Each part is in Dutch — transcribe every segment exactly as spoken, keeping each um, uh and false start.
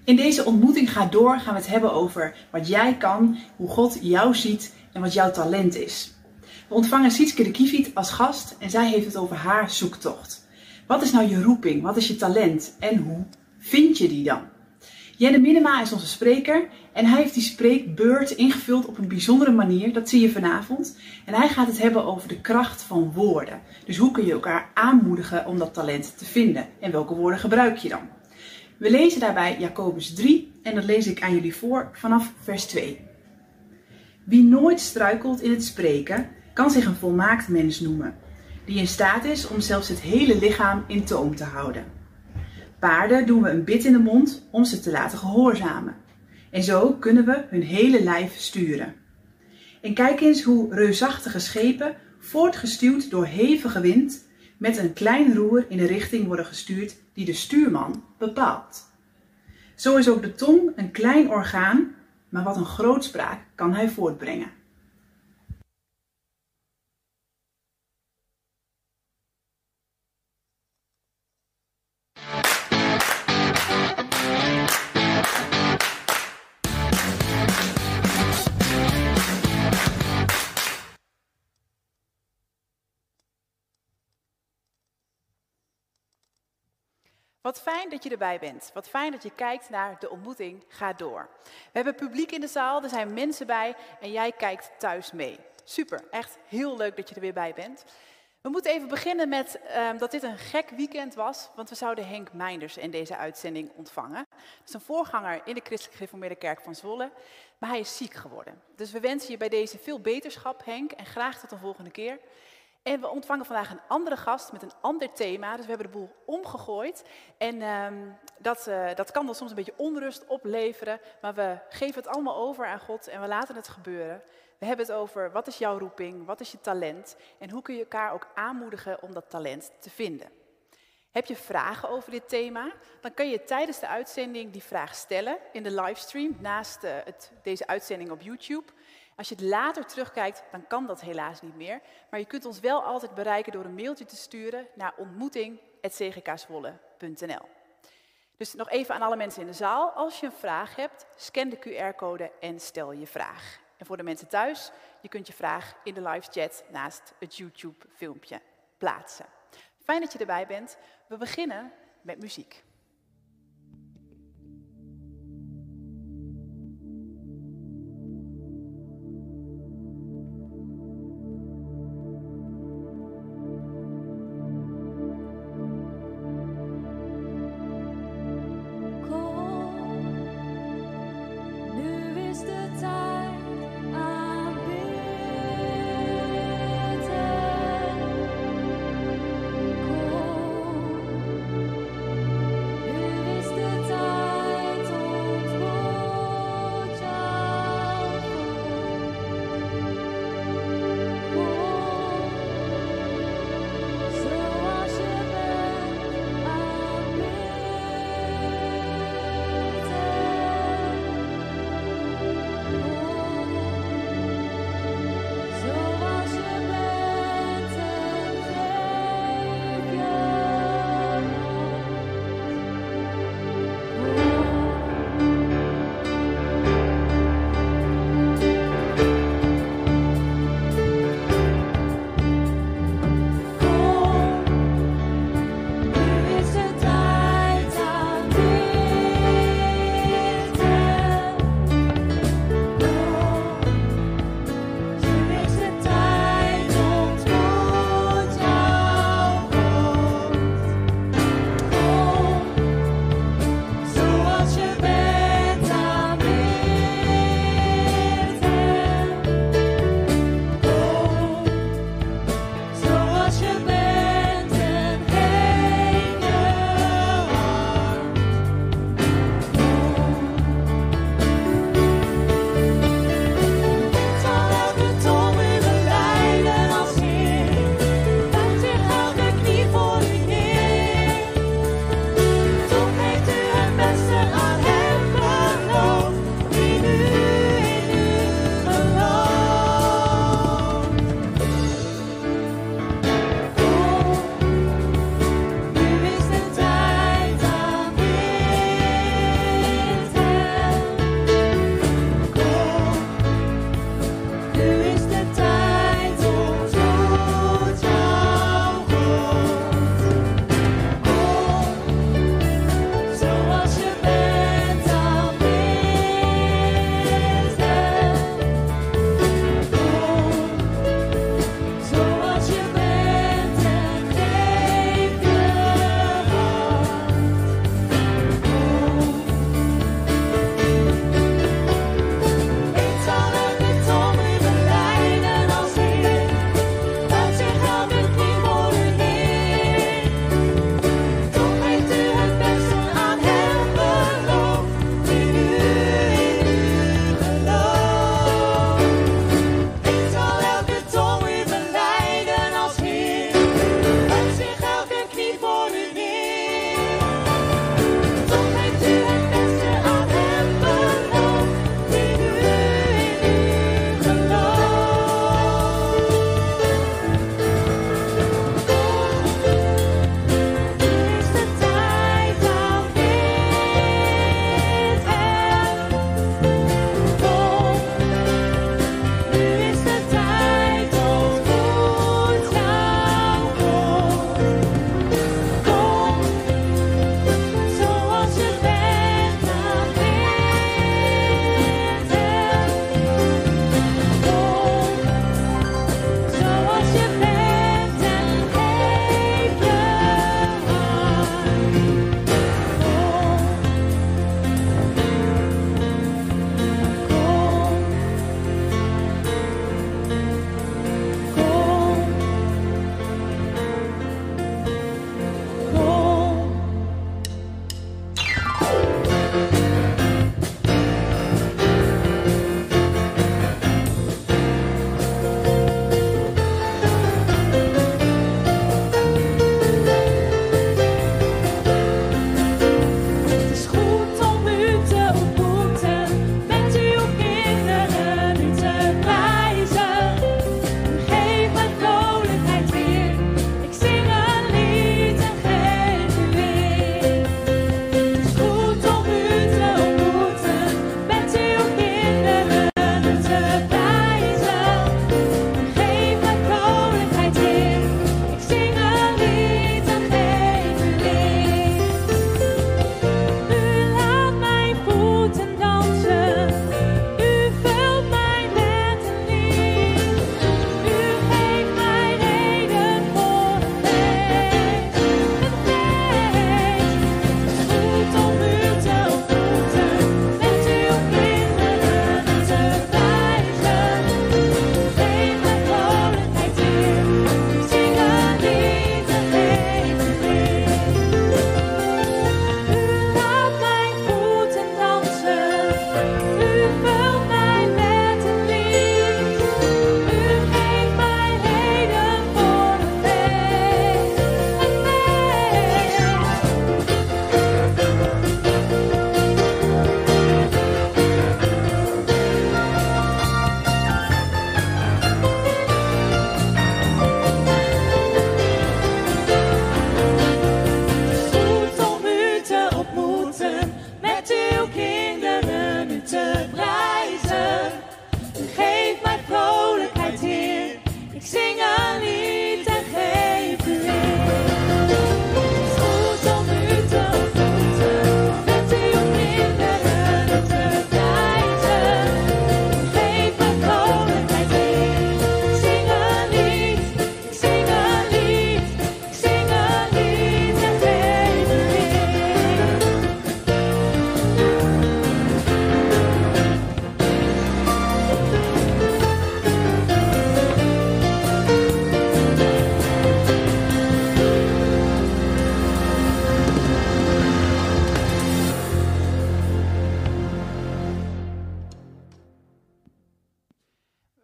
In deze ontmoeting Ga Door gaan we het hebben over wat jij kan, hoe God jou ziet en wat jouw talent is. We ontvangen Sietske de Kieviet als gast en zij heeft het over haar zoektocht. Wat is nou je roeping? Wat is je talent? En hoe vind je die dan? Jenne Minema is onze spreker en hij heeft die spreekbeurt ingevuld op een bijzondere manier. Dat zie je vanavond. En hij gaat het hebben over de kracht van woorden. Dus hoe kun je elkaar aanmoedigen om dat talent te vinden? En welke woorden gebruik je dan? We lezen daarbij Jacobus drie en dat lees ik aan jullie voor vanaf vers twee. Wie nooit struikelt in het spreken, kan zich een volmaakt mens noemen, die in staat is om zelfs het hele lichaam in toom te houden. Paarden doen we een bit in de mond om ze te laten gehoorzamen. En zo kunnen we hun hele lijf sturen. En kijk eens hoe reusachtige schepen, voortgestuwd door hevige wind, met een klein roer in de richting worden gestuurd die de stuurman bepaalt. Zo is ook de tong een klein orgaan, maar wat een grootspraak kan hij voortbrengen. Wat fijn dat je erbij bent. Wat fijn dat je kijkt naar de ontmoeting Ga Door. We hebben publiek in de zaal, er zijn mensen bij en jij kijkt thuis mee. Super, echt heel leuk dat je er weer bij bent. We moeten even beginnen met um, dat dit een gek weekend was, want we zouden Henk Meinders in deze uitzending ontvangen. Dat is een voorganger in de Christelijk Gereformeerde Kerk van Zwolle, maar hij is ziek geworden. Dus we wensen je bij deze veel beterschap, Henk, en graag tot een volgende keer. En we ontvangen vandaag een andere gast met een ander thema. Dus we hebben de boel omgegooid. En um, dat, uh, dat kan dan soms een beetje onrust opleveren. Maar we geven het allemaal over aan God en we laten het gebeuren. We hebben het over wat is jouw roeping, wat is je talent. En hoe kun je elkaar ook aanmoedigen om dat talent te vinden. Heb je vragen over dit thema? Dan kun je tijdens de uitzending die vraag stellen in de livestream. Naast uh, het, deze uitzending op YouTube. Als je het later terugkijkt, dan kan dat helaas niet meer. Maar je kunt ons wel altijd bereiken door een mailtje te sturen naar ontmoeting apenstaartje c g k zwolle punt n l. Dus nog even aan alle mensen in de zaal. Als je een vraag hebt, scan de Q R-code en stel je vraag. En voor de mensen thuis, je kunt je vraag in de live chat naast het YouTube-filmpje plaatsen. Fijn dat je erbij bent. We beginnen met muziek. Kom,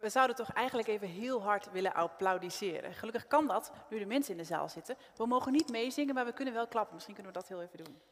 we zouden toch eigenlijk even heel hard willen applaudisseren. Gelukkig kan dat, nu de mensen in de zaal zitten. We mogen niet meezingen, maar we kunnen wel klappen. Misschien kunnen we dat heel even doen.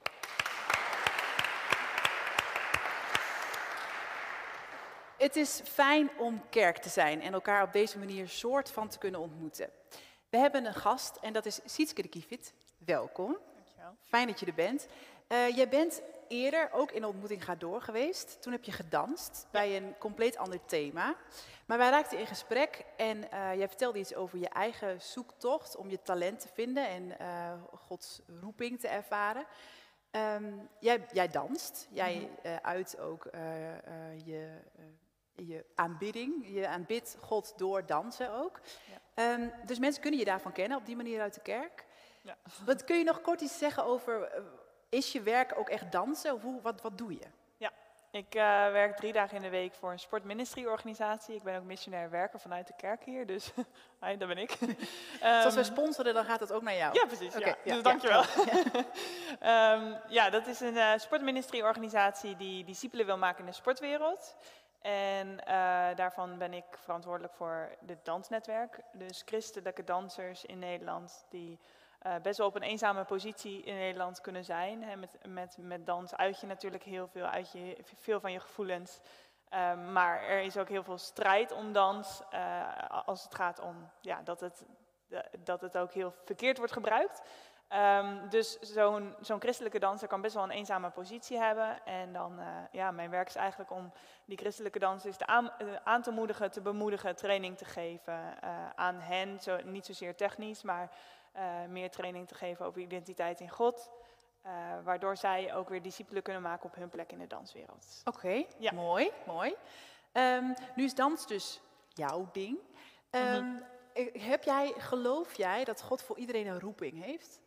Het is fijn om kerk te zijn en elkaar op deze manier soort van te kunnen ontmoeten. We hebben een gast en dat is Sietske de Kiefiet. Welkom. Dankjewel. Fijn dat je er bent. Uh, jij bent eerder ook in de ontmoeting Ga Door geweest. Toen heb je gedanst ja. bij een compleet ander thema. Maar wij raakten in gesprek en uh, jij vertelde iets over je eigen zoektocht om je talent te vinden en uh, Gods roeping te ervaren. Um, jij, jij danst, jij uh, uit ook uh, uh, je, uh, je aanbidding. Je aanbidt God door dansen ook. Ja. Um, dus mensen kunnen je daarvan kennen op die manier uit de kerk. Ja. Wat kun je nog kort iets zeggen over, uh, is je werk ook echt dansen? Of hoe, wat, wat doe je? Ja, ik uh, werk drie dagen in de week voor een sportministry-organisatie. Ik ben ook missionair werker vanuit de kerk hier, dus hi, daar ben ik. um, dus als we sponsoren, dan gaat het ook naar jou? Ja, precies. Okay, ja. Ja, dus dankjewel. Ja, um, ja, dat is een uh, sportministry-organisatie die discipelen wil maken in de sportwereld. En uh, daarvan ben ik verantwoordelijk voor dit dansnetwerk. Dus christelijke dansers in Nederland die uh, best wel op een eenzame positie in Nederland kunnen zijn. Hè. Met, met, met dans uit je natuurlijk heel veel, uit je, veel van je gevoelens. Uh, maar er is ook heel veel strijd om dans uh, als het gaat om ja, dat, het, dat het ook heel verkeerd wordt gebruikt. Um, dus zo'n zo'n christelijke danser kan best wel een eenzame positie hebben. En dan, uh, ja, mijn werk is eigenlijk om die christelijke dansers te aan, uh, aan te moedigen, te bemoedigen, training te geven uh, aan hen. Zo, niet zozeer technisch, maar uh, meer training te geven over identiteit in God. Uh, waardoor zij ook weer discipelen kunnen maken op hun plek in de danswereld. Oké, okay, ja. mooi, mooi. Um, nu is dans dus jouw ding. Um, mm-hmm. Heb jij, geloof jij dat God voor iedereen een roeping heeft?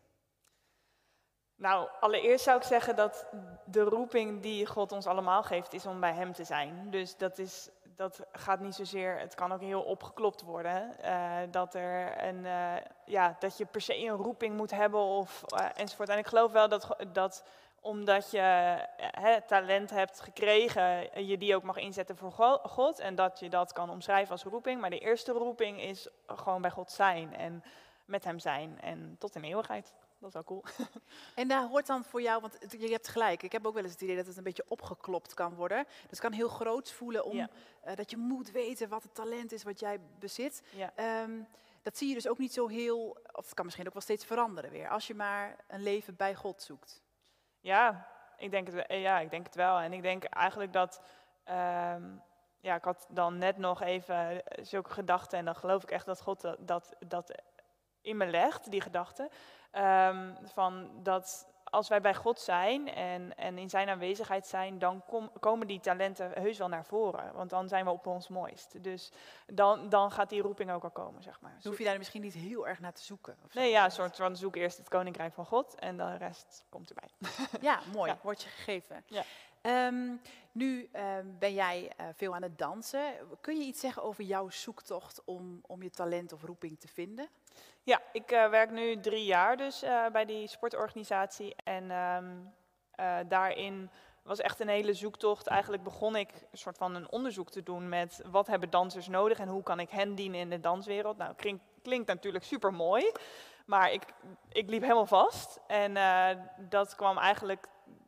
Nou, allereerst zou ik zeggen dat de roeping die God ons allemaal geeft, is om bij hem te zijn. Dus dat, is, dat gaat niet zozeer, het kan ook heel opgeklopt worden. Uh, dat, er een, uh, ja, dat je per se een roeping moet hebben of, uh, enzovoort. En ik geloof wel dat, dat omdat je uh, talent hebt gekregen, je die ook mag inzetten voor God. En dat je dat kan omschrijven als roeping. Maar de eerste roeping is gewoon bij God zijn en met hem zijn en tot in eeuwigheid. Dat is wel cool. En daar hoort dan voor jou, want je hebt gelijk, ik heb ook wel eens het idee dat het een beetje opgeklopt kan worden. Dus het kan heel groots voelen om, ja. uh, dat je moet weten wat het talent is wat jij bezit. Ja. Um, dat zie je dus ook niet zo heel, of het kan misschien ook wel steeds veranderen weer, als je maar een leven bij God zoekt. Ja, ik denk het, ja, ik denk het wel. En ik denk eigenlijk dat, um, ja, ik had dan net nog even zulke gedachten en dan geloof ik echt dat God dat, dat, dat in me legt, die gedachten. Um, van dat als wij bij God zijn en, en in zijn aanwezigheid zijn, dan kom, komen die talenten heus wel naar voren. Want dan zijn we op ons mooist. Dus dan, dan gaat die roeping ook al komen, zeg maar. Dus hoef je daar misschien niet heel erg naar te zoeken? Of nee, ja, een soort van zoek eerst het koninkrijk van God en de rest komt erbij. Ja, mooi. Ja. Wordt je gegeven. Ja. Um, nu uh, ben jij uh, veel aan het dansen. Kun je iets zeggen over jouw zoektocht om, om je talent of roeping te vinden? Ja, ik uh, werk nu drie jaar dus uh, bij die sportorganisatie en um, uh, daarin was echt een hele zoektocht. Eigenlijk begon ik een soort van een onderzoek te doen met wat hebben dansers nodig en hoe kan ik hen dienen in de danswereld. Nou, klinkt, klinkt natuurlijk super mooi, maar ik, ik liep helemaal vast en uh, dat kwam eigenlijk.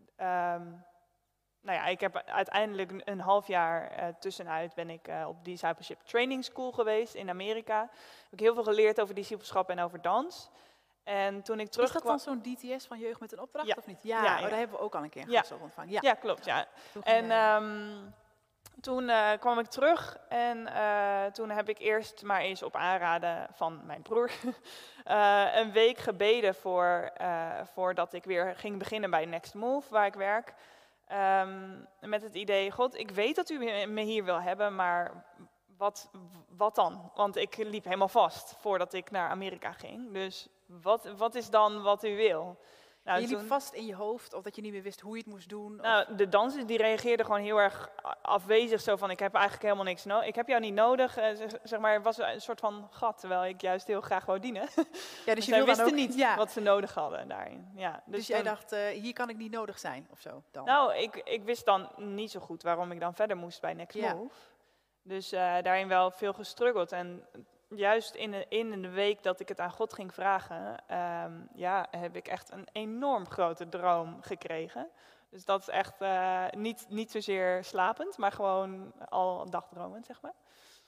Um, Nou ja, ik heb uiteindelijk een, een half jaar uh, tussenuit ben ik uh, op Discipleship Training School geweest in Amerika. Heb ik heel veel geleerd over discipelschap en over dans. En toen ik terug Is dat dan zo'n D T S van Jeugd met een Opdracht ja. of niet? Ja, ja, ja. Oh, daar hebben we ook al een keer een ja. gast op ontvangen. Ja. ja, klopt. Ja. En um, toen uh, kwam ik terug en uh, toen heb ik eerst maar eens op aanraden van mijn broer uh, een week gebeden voor, uh, voordat ik weer ging beginnen bij Next Move, waar ik werk. Um, met het idee, God, ik weet dat u me hier wil hebben, maar wat, wat dan? Want ik liep helemaal vast voordat ik naar Amerika ging. Dus wat, wat is dan wat u wil? Nou, je liep toen vast in je hoofd of dat je niet meer wist hoe je het moest doen? Nou, of? De dansers die reageerden gewoon heel erg afwezig. Zo van, ik heb eigenlijk helemaal niks nodig. Ik heb jou niet nodig. Uh, zeg maar, het was een soort van gat, terwijl ik juist heel graag wou dienen. Ja, dus je zij wisten ook, niet ja. wat ze nodig hadden daarin. Ja, dus, dus jij toen dacht, uh, hier kan ik niet nodig zijn of zo? Dan. Nou, ik, ik wist dan niet zo goed waarom ik dan verder moest bij Next ja. Move. Dus uh, daarin wel veel gestruggeld. En juist in de, in de week dat ik het aan God ging vragen, um, ja, heb ik echt een enorm grote droom gekregen. Dus dat is echt uh, niet, niet zozeer slapend, maar gewoon al dagdromend, zeg maar.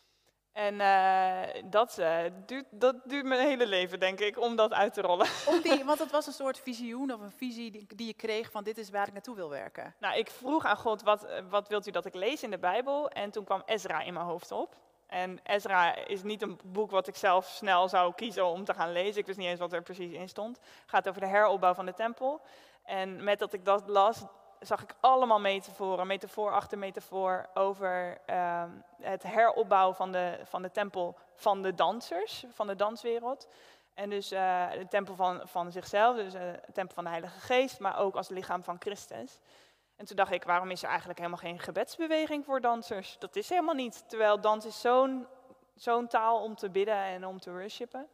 En uh, dat, uh, duurt, dat duurt mijn hele leven, denk ik, om dat uit te rollen. Om die, want het was een soort visioen of een visie die, die je kreeg van dit is waar ik naartoe wil werken. Nou, ik vroeg aan God, wat, wat wilt u dat ik lees in de Bijbel? En toen kwam Ezra in mijn hoofd op. En Ezra is niet een boek wat ik zelf snel zou kiezen om te gaan lezen. Ik wist niet eens wat er precies in stond. Het gaat over de heropbouw van de tempel. En met dat ik dat las, zag ik allemaal metaforen, metafoor achter metafoor, over uh, het heropbouwen van de, van de tempel van de dansers, van de danswereld. En dus uh, de tempel van, van zichzelf, dus uh, de tempel van de Heilige Geest, maar ook als lichaam van Christus. En toen dacht ik, waarom is er eigenlijk helemaal geen gebedsbeweging voor dansers? Dat is helemaal niet, terwijl dans is zo'n zo'n taal om te bidden en om te worshipen.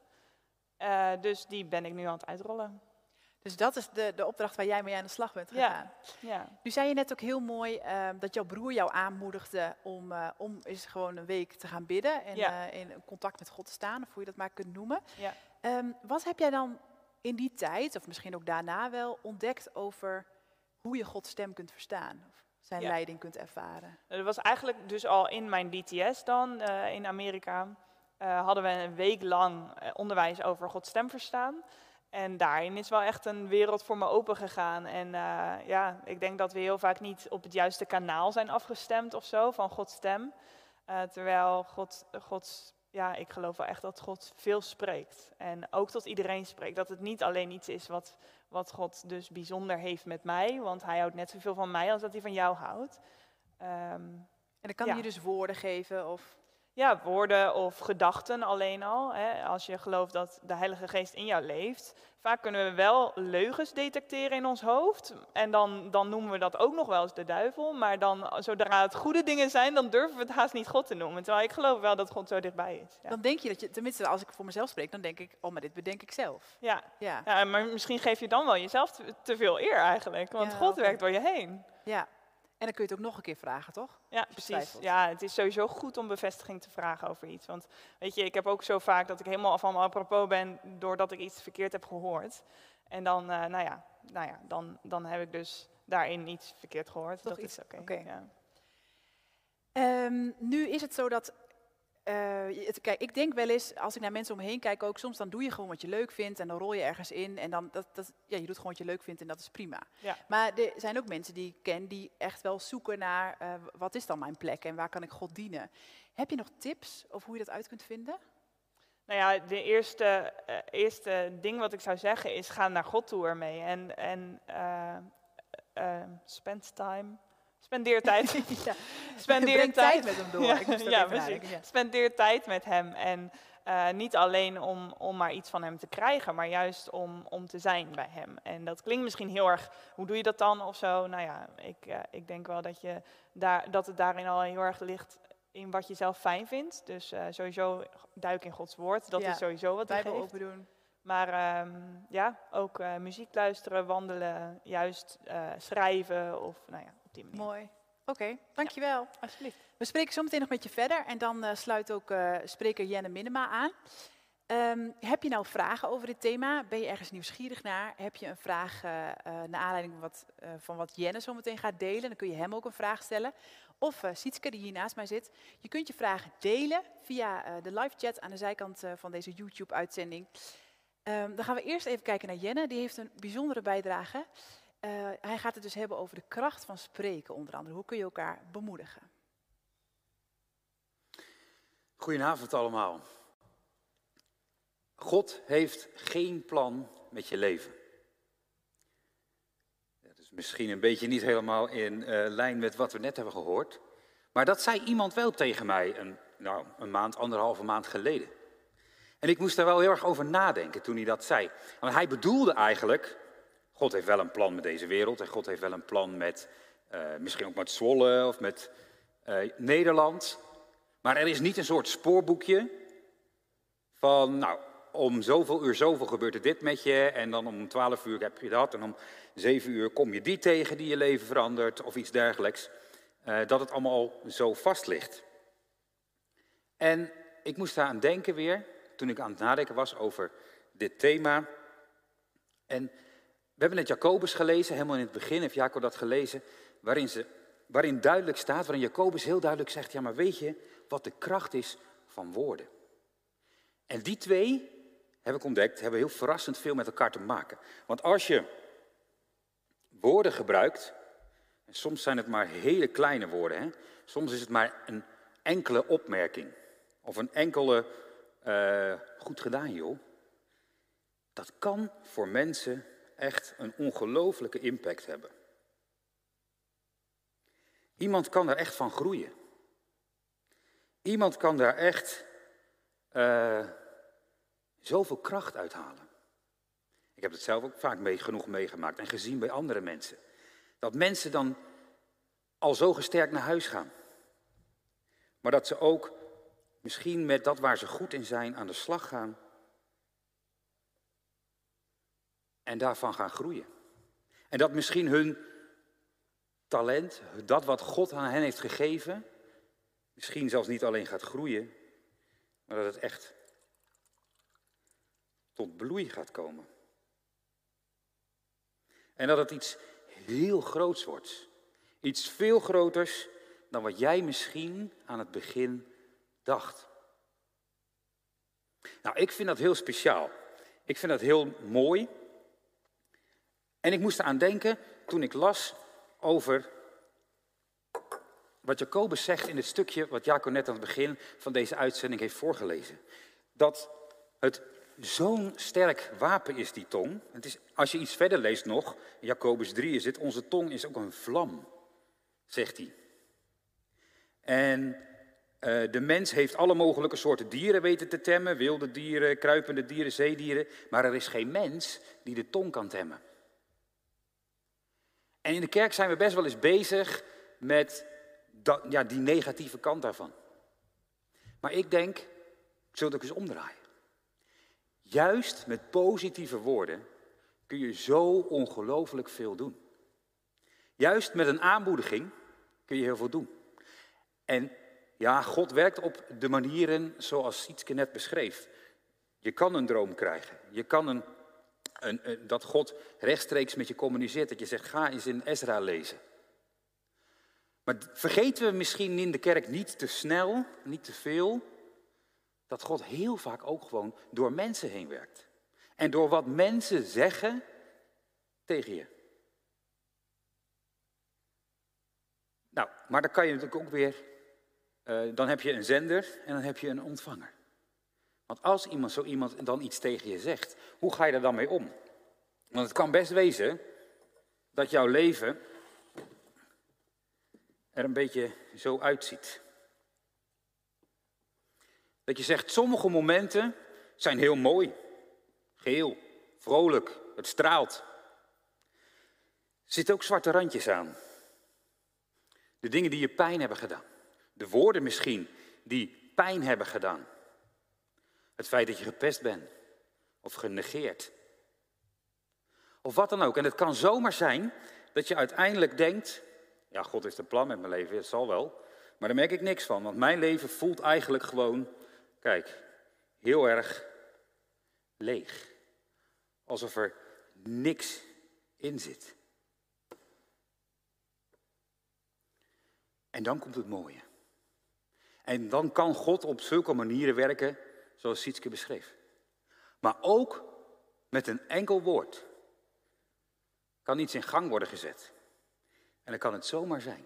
Uh, dus die ben ik nu aan het uitrollen. Dus dat is de, de opdracht waar jij mee aan de slag bent gegaan. Ja, ja. Nu zei je net ook heel mooi uh, dat jouw broer jou aanmoedigde om, uh, om eens gewoon een week te gaan bidden. En ja. uh, in contact met God te staan, of hoe je dat maar kunt noemen. Ja. Um, wat heb jij dan in die tijd, of misschien ook daarna wel, ontdekt over hoe je Gods stem kunt verstaan? Of zijn ja. leiding kunt ervaren? Dat was eigenlijk dus al in mijn D T S dan, uh, in Amerika. Uh, hadden we een week lang uh, onderwijs over Gods stem verstaan. En daarin is wel echt een wereld voor me open gegaan. En uh, ja, ik denk dat we heel vaak niet op het juiste kanaal zijn afgestemd of zo, van Gods stem. Uh, terwijl God, Gods, ja, ik geloof wel echt dat God veel spreekt. En ook tot iedereen spreekt. Dat het niet alleen iets is wat, wat God dus bijzonder heeft met mij. Want hij houdt net zoveel van mij als dat hij van jou houdt. Um, en dan kan ja. hij je dus woorden geven of... Ja, woorden of gedachten alleen al. Hè. Als je gelooft dat de Heilige Geest in jou leeft. Vaak kunnen we wel leugens detecteren in ons hoofd. En dan, dan noemen we dat ook nog wel eens de duivel. Maar dan, zodra het goede dingen zijn, dan durven we het haast niet God te noemen. Terwijl ik geloof wel dat God zo dichtbij is. Ja. Dan denk je dat je, tenminste als ik voor mezelf spreek, dan denk ik, oh, maar dit bedenk ik zelf. Ja, ja. ja maar misschien geef je dan wel jezelf te, te veel eer eigenlijk. Want ja, God okay. werkt door je heen. Ja. En dan kun je het ook nog een keer vragen, toch? Ja, precies. Ja, het is sowieso goed om bevestiging te vragen over iets. Want weet je, ik heb ook zo vaak dat ik helemaal van me apropos ben doordat ik iets verkeerd heb gehoord. En dan, uh, nou ja, nou ja dan, dan heb ik dus daarin iets verkeerd gehoord. Toch dat iets, is oké. Okay. Okay. Ja. Um, nu is het zo dat... Uh, het, kijk, ik denk wel eens, als ik naar mensen om me heen kijk ook, soms dan doe je gewoon wat je leuk vindt en dan rol je ergens in en dan, dat, dat, ja, je doet gewoon wat je leuk vindt en dat is prima. Ja. Maar er zijn ook mensen die ik ken die echt wel zoeken naar, uh, wat is dan mijn plek en waar kan ik God dienen? Heb je nog tips over hoe je dat uit kunt vinden? Nou ja, de eerste, uh, eerste ding wat ik zou zeggen is, ga naar God toe ermee en, en uh, uh, spend time... Spendeer tijd. ja. Spendeer Breng tijd. tijd met hem door. Ja, ik moest ja, precies. Ja. Spendeer tijd met hem. En uh, niet alleen om, om maar iets van hem te krijgen, maar juist om, om te zijn bij hem. En dat klinkt misschien heel erg, hoe doe je dat dan of zo? Nou ja, ik, uh, ik denk wel dat, je daar, dat het daarin al heel erg ligt in wat je zelf fijn vindt. Dus uh, sowieso duik in Gods woord. Dat ja. is sowieso wat hij Bijbel geeft. open doen. Maar um, ja, ook uh, muziek luisteren, wandelen, juist uh, schrijven of nou ja. Mooi. Oké, okay, dankjewel. Ja, alsjeblieft. We spreken zo meteen nog met je verder en dan uh, sluit ook uh, spreker Jenne Minema aan. Um, heb je nou vragen over dit thema? Ben je ergens nieuwsgierig naar? Heb je een vraag uh, uh, naar aanleiding van wat, uh, van wat Jenne zo meteen gaat delen? Dan kun je hem ook een vraag stellen. Of uh, Sietske, die hier naast mij zit. Je kunt je vragen delen via uh, de live chat aan de zijkant uh, van deze YouTube-uitzending. Um, dan gaan we eerst even kijken naar Jenne. Die heeft een bijzondere bijdrage. Uh, hij gaat het dus hebben over de kracht van spreken, onder andere. Hoe kun je elkaar bemoedigen? Goedenavond allemaal. God heeft geen plan met je leven. Dat is misschien een beetje niet helemaal in uh, lijn met wat we net hebben gehoord. Maar dat zei iemand wel tegen mij een, nou, een maand, anderhalve maand geleden. En ik moest daar wel heel erg over nadenken toen hij dat zei. Want hij bedoelde eigenlijk, God heeft wel een plan met deze wereld. En God heeft wel een plan met, uh, misschien ook met Zwolle of met uh, Nederland. Maar er is niet een soort spoorboekje van, nou, om zoveel uur zoveel gebeurt er dit met je. En dan om twaalf uur heb je dat. En om zeven uur kom je die tegen die je leven verandert of iets dergelijks. Uh, dat het allemaal zo vast ligt. En ik moest daar aan denken weer, toen ik aan het nadenken was over dit thema. En we hebben net Jacobus gelezen, helemaal in het begin heeft Jacob dat gelezen, waarin, ze, waarin duidelijk staat, waarin Jacobus heel duidelijk zegt, ja maar weet je wat de kracht is van woorden? En die twee, heb ik ontdekt, hebben heel verrassend veel met elkaar te maken. Want als je woorden gebruikt, en soms zijn het maar hele kleine woorden, hè? Soms is het maar een enkele opmerking, of een enkele, uh, goed gedaan joh. Dat kan voor mensen echt een ongelooflijke impact hebben. Iemand kan daar echt van groeien. Iemand kan daar echt uh, zoveel kracht uithalen. Ik heb het zelf ook vaak mee, genoeg meegemaakt en gezien bij andere mensen. Dat mensen dan al zo gesterkt naar huis gaan. Maar dat ze ook misschien met dat waar ze goed in zijn aan de slag gaan. En daarvan gaan groeien. En dat misschien hun talent, dat wat God aan hen heeft gegeven, misschien zelfs niet alleen gaat groeien, maar dat het echt tot bloei gaat komen. En dat het iets heel groots wordt. Iets veel groters dan wat jij misschien aan het begin dacht. Nou, ik vind dat heel speciaal. Ik vind dat heel mooi. En ik moest eraan denken toen ik las over wat Jacobus zegt in het stukje wat Jacob net aan het begin van deze uitzending heeft voorgelezen. Dat het zo'n sterk wapen is, die tong. Het is, als je iets verder leest nog, in Jacobus drie is het, onze tong is ook een vlam, zegt hij. En uh, de mens heeft alle mogelijke soorten dieren weten te temmen, wilde dieren, kruipende dieren, zeedieren, maar er is geen mens die de tong kan temmen. En in de kerk zijn we best wel eens bezig met dat, ja, die negatieve kant daarvan. Maar ik denk, ik zul het ook eens omdraaien. Juist met positieve woorden kun je zo ongelooflijk veel doen. Juist met een aanmoediging kun je heel veel doen. En ja, God werkt op de manieren zoals Sietske net beschreef. Je kan een droom krijgen. Je kan een, een, een, dat God rechtstreeks met je communiceert. Dat je zegt, ga eens in Ezra lezen. Maar vergeten we misschien in de kerk niet te snel, niet te veel, dat God heel vaak ook gewoon door mensen heen werkt. En door wat mensen zeggen tegen je. Nou, maar dan kan je natuurlijk ook weer, uh, dan heb je een zender en dan heb je een ontvanger. Want als iemand, zo iemand dan iets tegen je zegt, hoe ga je er dan mee om? Want het kan best wezen dat jouw leven er een beetje zo uitziet. Dat je zegt, sommige momenten zijn heel mooi. Geel, vrolijk, het straalt. Er zitten ook zwarte randjes aan. De dingen die je pijn hebben gedaan. De woorden misschien die pijn hebben gedaan. Het feit dat je gepest bent of genegeerd. Of wat dan ook. En het kan zomaar zijn dat je uiteindelijk denkt, ja, God heeft een plan met mijn leven, het zal wel. Maar daar merk ik niks van, want mijn leven voelt eigenlijk gewoon, kijk, heel erg leeg. Alsof er niks in zit. En dan komt het mooie. En dan kan God op zulke manieren werken, zoals Sietske beschreef. Maar ook met een enkel woord kan iets in gang worden gezet. En dan kan het zomaar zijn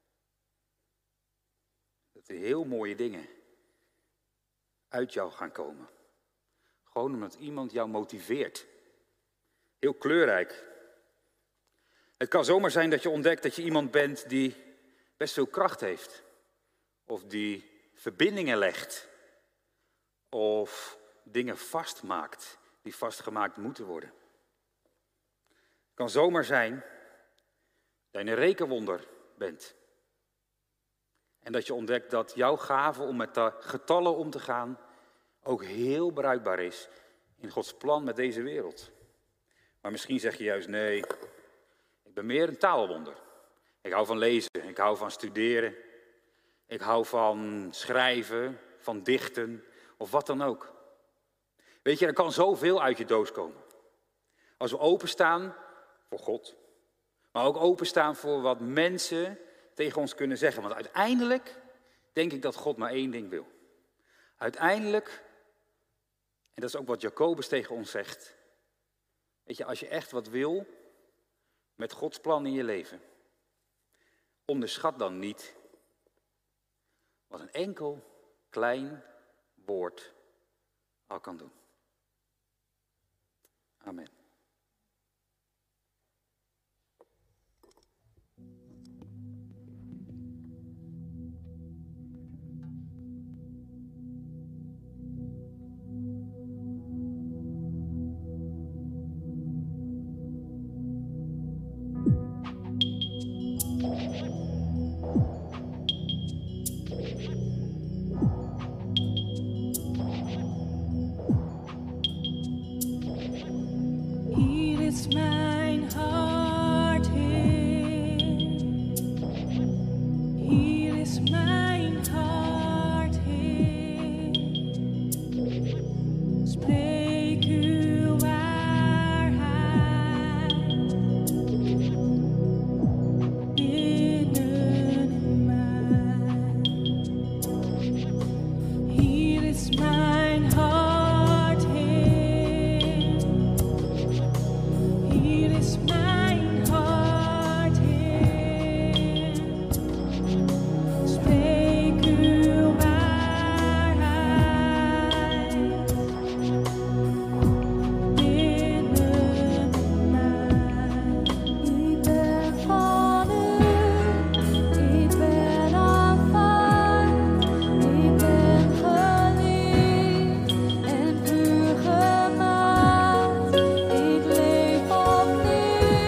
dat er heel mooie dingen uit jou gaan komen. Gewoon omdat iemand jou motiveert. Heel kleurrijk. Het kan zomaar zijn dat je ontdekt dat je iemand bent die best veel kracht heeft. Of die verbindingen legt. Of dingen vastmaakt die vastgemaakt moeten worden. Het kan zomaar zijn dat je een rekenwonder bent. En dat je ontdekt dat jouw gave om met de getallen om te gaan ook heel bruikbaar is in Gods plan met deze wereld. Maar misschien zeg je juist, nee, ik ben meer een taalwonder. Ik hou van lezen, ik hou van studeren, ik hou van schrijven, van dichten of wat dan ook. Weet je, er kan zoveel uit je doos komen. Als we openstaan voor God, maar ook openstaan voor wat mensen tegen ons kunnen zeggen. Want uiteindelijk denk ik dat God maar één ding wil. Uiteindelijk, en dat is ook wat Jacobus tegen ons zegt. Weet je, als je echt wat wil met Gods plan in je leven, onderschat dan niet wat een enkel klein woord al kan doen. Amen. Ik leef opnieuw.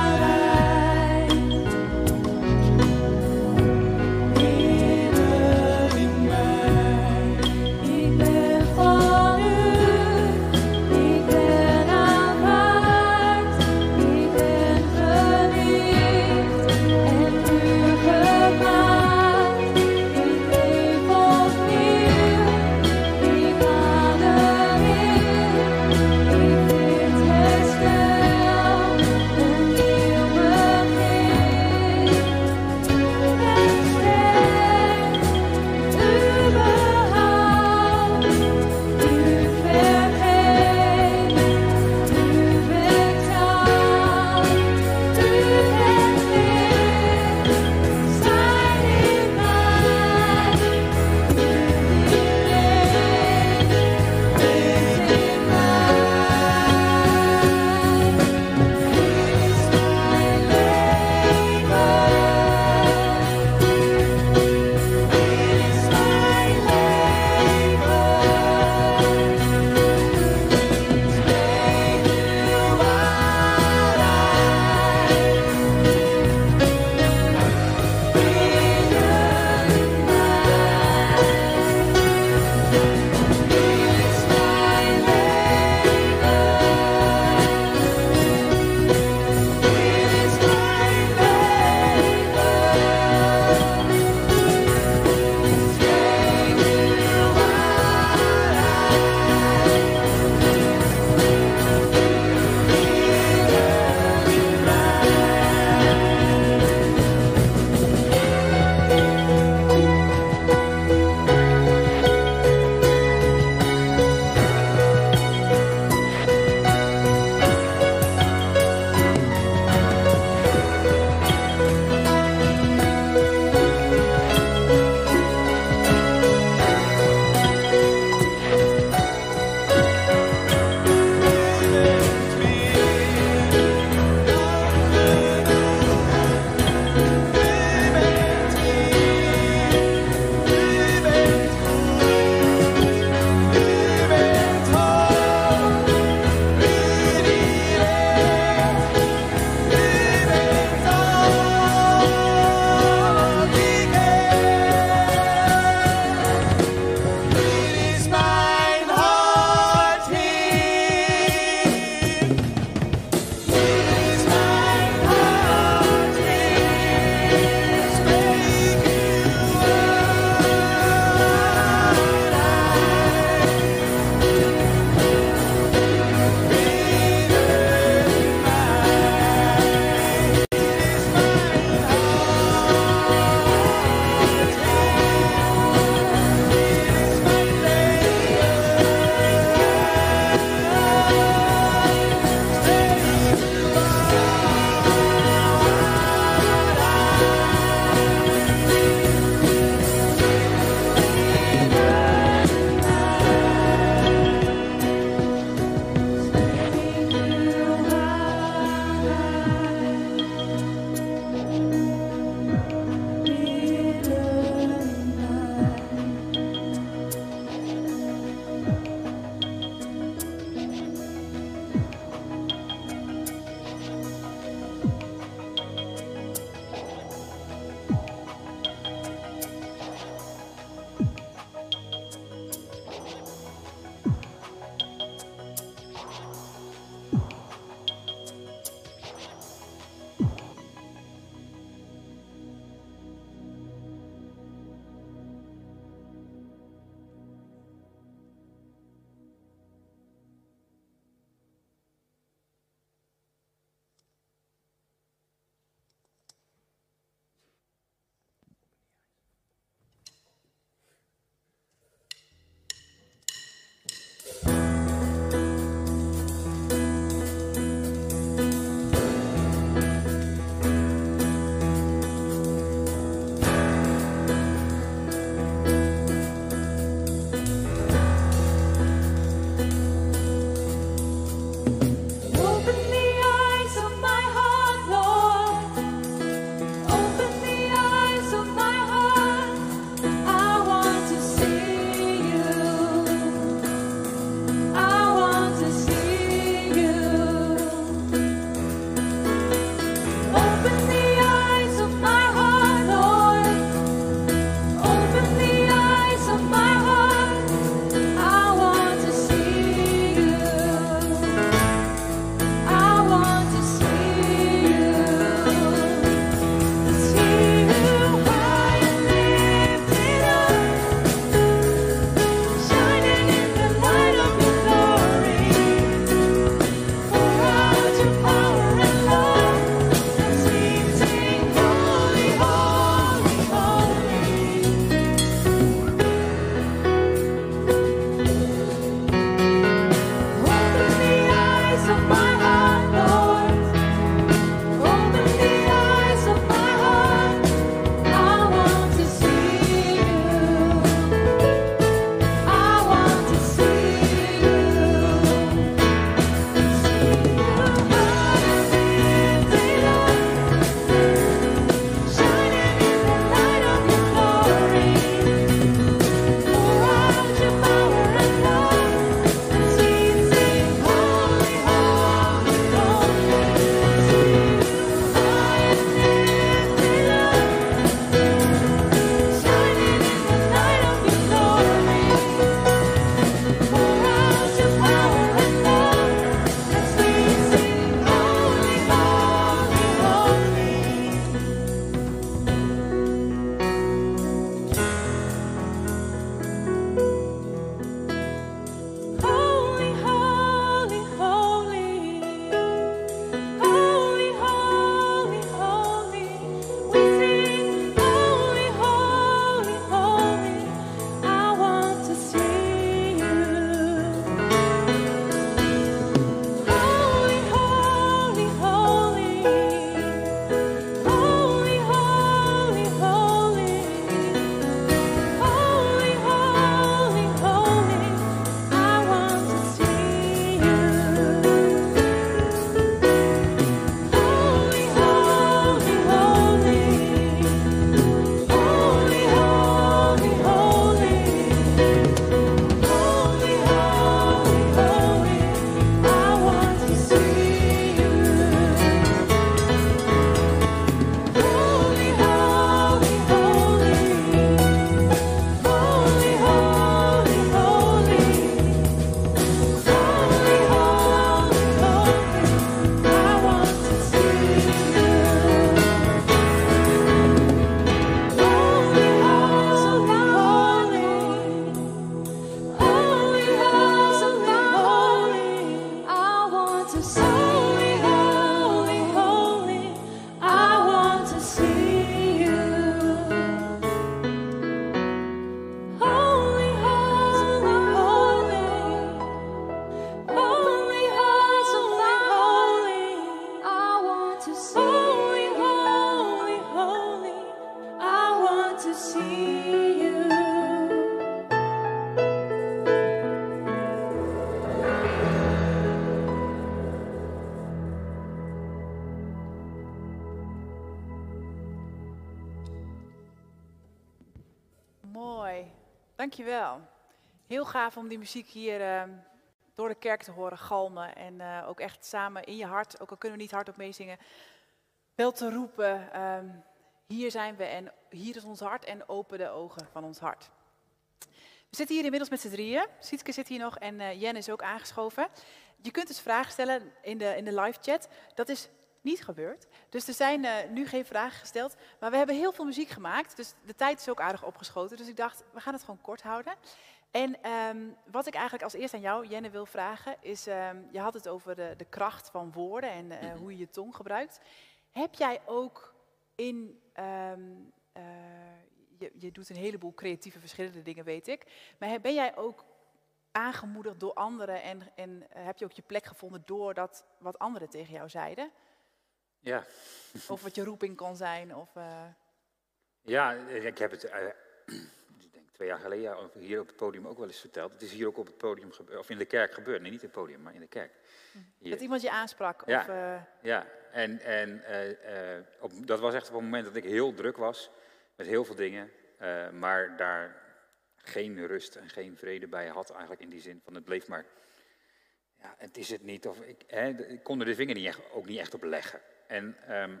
Mooi, dankjewel. Heel gaaf om die muziek hier uh, door de kerk te horen galmen. En uh, ook echt samen in je hart, ook al kunnen we niet hardop meezingen, wel te roepen, um, hier zijn we en hier is ons hart en open de ogen van ons hart. We zitten hier inmiddels met z'n drieën. Sietke zit hier nog en uh, Jen is ook aangeschoven. Je kunt dus vragen stellen in de, in de live chat. Dat is niet gebeurd. Dus er zijn uh, nu geen vragen gesteld. Maar we hebben heel veel muziek gemaakt. Dus de tijd is ook aardig opgeschoten. Dus ik dacht, we gaan het gewoon kort houden. En um, wat ik eigenlijk als eerst aan jou, Jenne, wil vragen is... Um, je had het over de, de kracht van woorden en uh, hoe je je tong gebruikt. Heb jij ook in... Um, uh, je, je doet een heleboel creatieve verschillende dingen, weet ik. Maar ben jij ook aangemoedigd door anderen en, en uh, heb je ook je plek gevonden door dat wat anderen tegen jou zeiden? Ja. Of wat je roeping kon zijn? Of, uh... Ja, ik heb het uh, ik denk twee jaar geleden hier op het podium ook wel eens verteld. Het is hier ook op het podium gebeurd, of in de kerk gebeurd. Nee, niet in het podium, maar in de kerk. Hier. Dat iemand je aansprak? Ja, of, uh... ja. en, en uh, uh, op, dat was echt op het moment dat ik heel druk was met heel veel dingen. Uh, maar daar geen rust en geen vrede bij had eigenlijk in die zin van het bleef maar... Ja, het is het niet. Of ik, hè, ik kon er de vinger niet echt, ook niet echt op leggen. En um,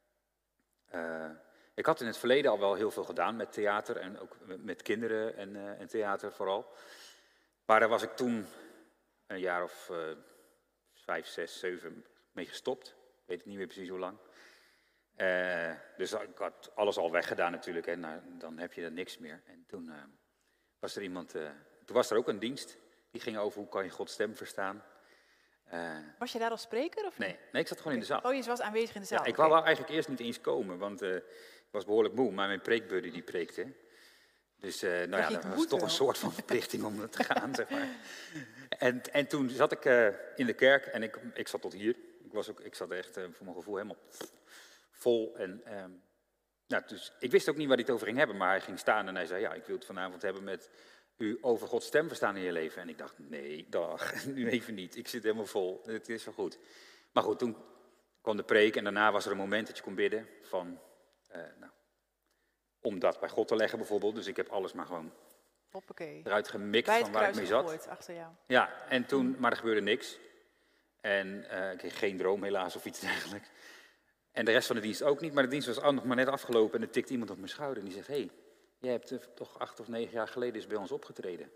uh, ik had in het verleden al wel heel veel gedaan met theater en ook met kinderen en, uh, en theater vooral. Maar daar was ik toen een jaar of uh, vijf, zes, zeven mee gestopt. Ik weet het niet meer precies hoe lang. Uh, dus ik had alles al weggedaan natuurlijk en nou, dan heb je er niks meer. En toen uh, was er iemand, uh, toen was er ook een dienst. Die ging over hoe kan je Gods stem verstaan. Uh, was je daar als spreker of niet? Nee, nee, ik zat gewoon okay. in de zaal. Oh, je was aanwezig in de zaal. Ja, ik okay. wou eigenlijk eerst niet eens komen, want uh, ik was behoorlijk moe. Maar mijn preekbuddy die preekte. Dus uh, nou ja, dat was toch wel. Een soort van verplichting om te gaan, zeg maar. En, en toen zat ik uh, in de kerk en ik, ik zat tot hier. Ik, was ook, ik zat echt uh, voor mijn gevoel helemaal vol. En, um, nou, dus, ik wist ook niet waar hij het over ging hebben, maar hij ging staan en hij zei... Ja, ik wil het vanavond hebben met... u over Gods stem verstaan in je leven. En ik dacht, nee, dag, nu even niet. Ik zit helemaal vol, het is wel goed. Maar goed, toen kwam de preek en daarna was er een moment dat je kon bidden van... Uh, nou, om dat bij God te leggen bijvoorbeeld. Dus ik heb alles maar gewoon Hoppakee. eruit gemikt van waar ik mee zat. Gegooid, achter jou. Ja, en toen, maar er gebeurde niks. En uh, ik kreeg geen droom helaas of iets dergelijks. En de rest van de dienst ook niet. Maar de dienst was ook nog maar net afgelopen en er tikt iemand op mijn schouder en die zegt... Hey, jij hebt uh, toch acht of negen jaar geleden eens bij ons opgetreden.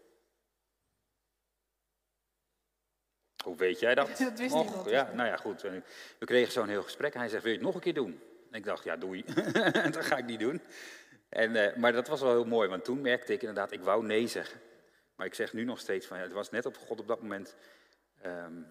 Hoe weet jij dat? Dat wist Och, niemand. Ja, nou ja, goed. We kregen zo'n heel gesprek. Hij zegt, wil je het nog een keer doen? En ik dacht, ja, doei. Dat ga ik niet doen. En, uh, maar dat was wel heel mooi, want toen merkte ik inderdaad, ik wou nee zeggen. Maar ik zeg nu nog steeds van, ja, het was net op God op dat moment, um,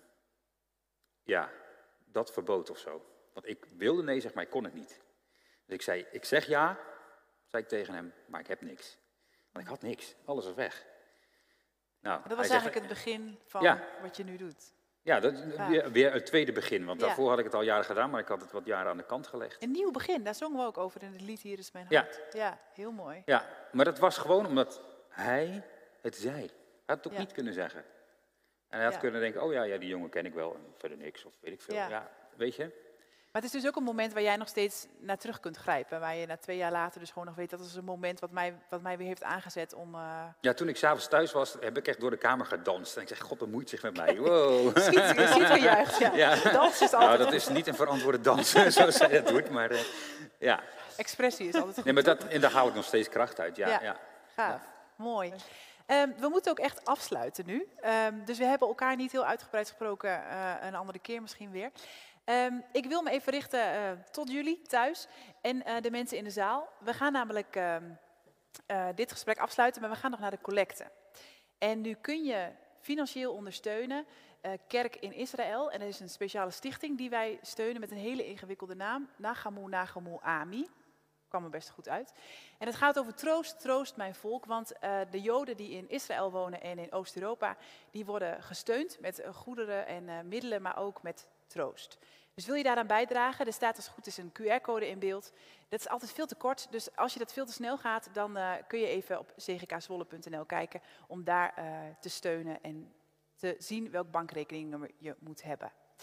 ja, dat verbood of zo. Want ik wilde nee zeggen, maar ik kon het niet. Dus ik zei, ik zeg ja, zei ik tegen hem, maar ik heb niks. Want ik had niks, alles was weg. Nou, dat was eigenlijk zegt, het begin van ja, wat je nu doet. Ja, dat is weer, weer het tweede begin. Want ja. daarvoor had ik het al jaren gedaan, maar ik had het wat jaren aan de kant gelegd. Een nieuw begin, daar zongen we ook over in het lied Hier is mijn hart. Ja, ja heel mooi. Ja, maar dat was gewoon omdat hij het zei. Hij had het ook ja. niet kunnen zeggen. En hij had ja. kunnen denken, oh ja, ja, die jongen ken ik wel. En verder niks, of weet ik veel. Ja. Ja, weet je. Maar het is dus ook een moment waar jij nog steeds naar terug kunt grijpen. Waar je na twee jaar later dus gewoon nog weet, dat is een moment wat mij, wat mij weer heeft aangezet om... Uh... Ja, toen ik s'avonds thuis was, heb ik echt door de kamer gedanst. En ik zeg, God bemoeit zich met mij. Wow. Schiet, je ziet er juist, ja. ja. Dans is altijd... Nou, dat is niet een verantwoorde dans, zoals zij dat doet, maar uh, ja. Expressie is altijd goed. Nee, maar dat, en daar haal ik nog steeds kracht uit, ja. Ja, ja. gaaf. Ja. Mooi. Um, we moeten ook echt afsluiten nu. Um, dus we hebben elkaar niet heel uitgebreid gesproken, uh, een andere keer misschien weer. Um, ik wil me even richten uh, tot jullie thuis en uh, de mensen in de zaal. We gaan namelijk uh, uh, dit gesprek afsluiten, maar we gaan nog naar de collecte. En nu kun je financieel ondersteunen uh, Kerk in Israël. En er is een speciale stichting die wij steunen met een hele ingewikkelde naam. Nagamu Nagamu Ami. Kwam er best goed uit. En het gaat over troost, troost mijn volk. Want uh, de Joden die in Israël wonen en in Oost-Europa, die worden gesteund met uh, goederen en uh, middelen, maar ook met troost. Dus wil je daaraan bijdragen? Er staat als het goed is een Q R-code in beeld. Dat is altijd veel te kort, dus als je dat veel te snel gaat, dan uh, kun je even op c g k zwolle punt n l kijken om daar uh, te steunen en te zien welk bankrekeningnummer je moet hebben.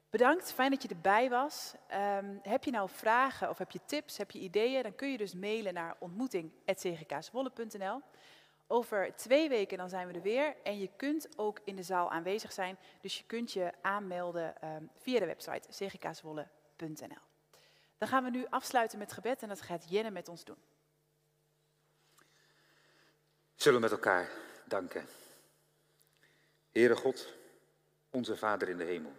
Bedankt, fijn dat je erbij was. Um, heb je nou vragen of heb je tips, heb je ideeën, dan kun je dus mailen naar ontmoeting apenstaartje c g k zwolle punt n l. Over twee weken dan zijn we er weer en je kunt ook in de zaal aanwezig zijn. Dus je kunt je aanmelden um, via de website c g k zwolle punt n l. Dan gaan we nu afsluiten met gebed en dat gaat Jenne met ons doen. Zullen we met elkaar danken. Heere God, onze Vader in de hemel.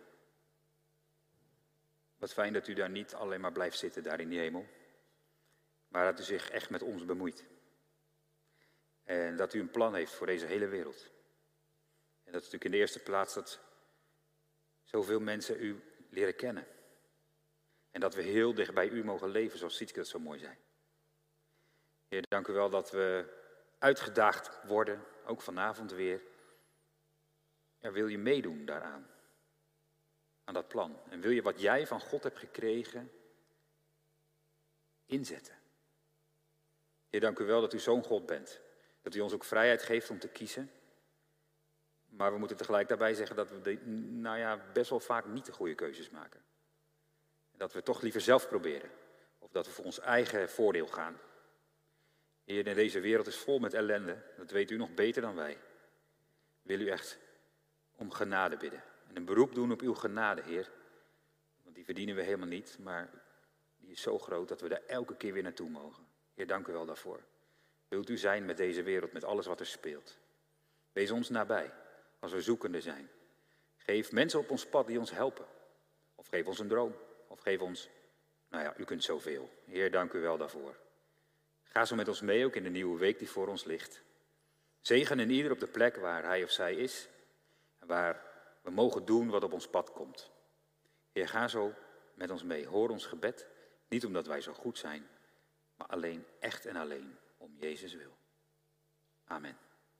Wat fijn dat u daar niet alleen maar blijft zitten, daar in die hemel. Maar dat u zich echt met ons bemoeit. En dat u een plan heeft voor deze hele wereld. En dat is natuurlijk in de eerste plaats dat zoveel mensen u leren kennen. En dat we heel dicht bij u mogen leven, zoals Sietske dat zo mooi zei. Heer, dank u wel dat we uitgedaagd worden, ook vanavond weer. Ja, wil je meedoen daaraan? Aan dat plan. En wil je wat jij van God hebt gekregen inzetten? Heer, dank u wel dat u zo'n God bent. Dat u ons ook vrijheid geeft om te kiezen. Maar we moeten tegelijk daarbij zeggen dat we de, nou ja, best wel vaak niet de goede keuzes maken. Dat we toch liever zelf proberen. Of dat we voor ons eigen voordeel gaan. Heer, in deze wereld is vol met ellende. Dat weet u nog beter dan wij. Wil u echt om genade bidden. En een beroep doen op uw genade, Heer. Want die verdienen we helemaal niet. Maar die is zo groot dat we daar elke keer weer naartoe mogen. Heer, dank u wel daarvoor. Wilt u zijn met deze wereld, met alles wat er speelt. Wees ons nabij, als we zoekende zijn. Geef mensen op ons pad die ons helpen. Of geef ons een droom. Of geef ons, nou ja, u kunt zoveel. Heer, dank u wel daarvoor. Ga zo met ons mee, ook in de nieuwe week die voor ons ligt. Zegen in ieder op de plek waar hij of zij is. En waar we mogen doen wat op ons pad komt. Heer, ga zo met ons mee. Hoor ons gebed. Niet omdat wij zo goed zijn, maar alleen, echt en alleen, om Jezus wil. Amen.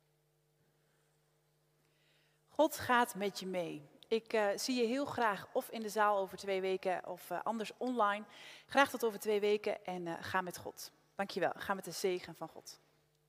God gaat met je mee. Ik uh, zie je heel graag of in de zaal over twee weken of uh, anders online. Graag tot over twee weken en uh, ga met God. Dankjewel. Ga met de zegen van God.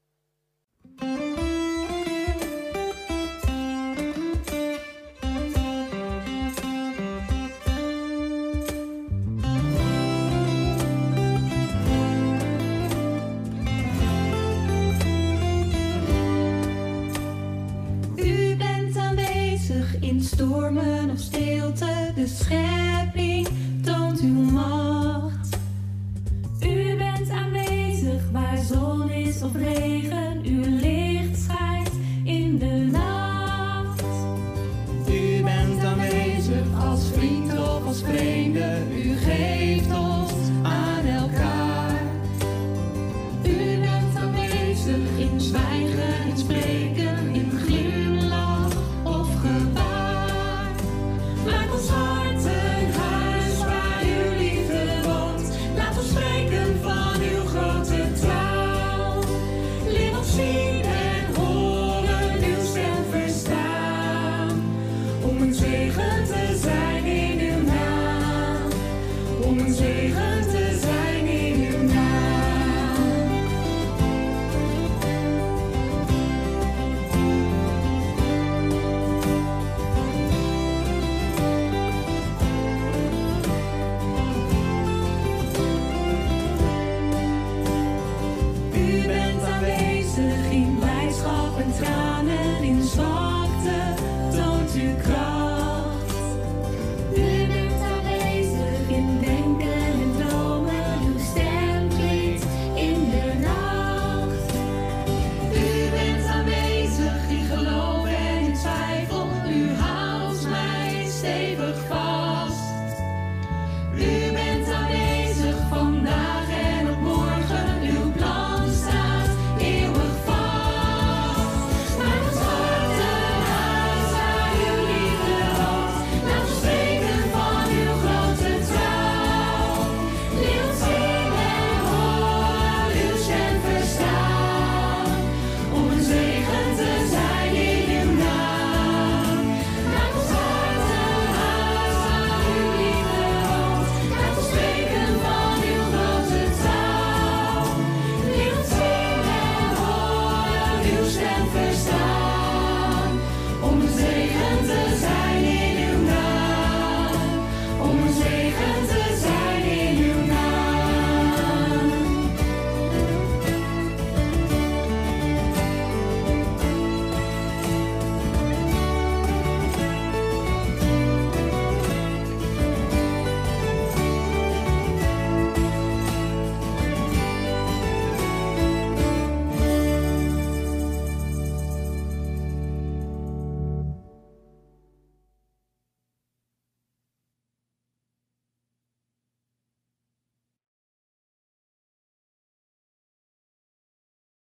In stormen of stilte, de schepping toont uw macht. U bent aanwezig waar zon is of regen, uw licht.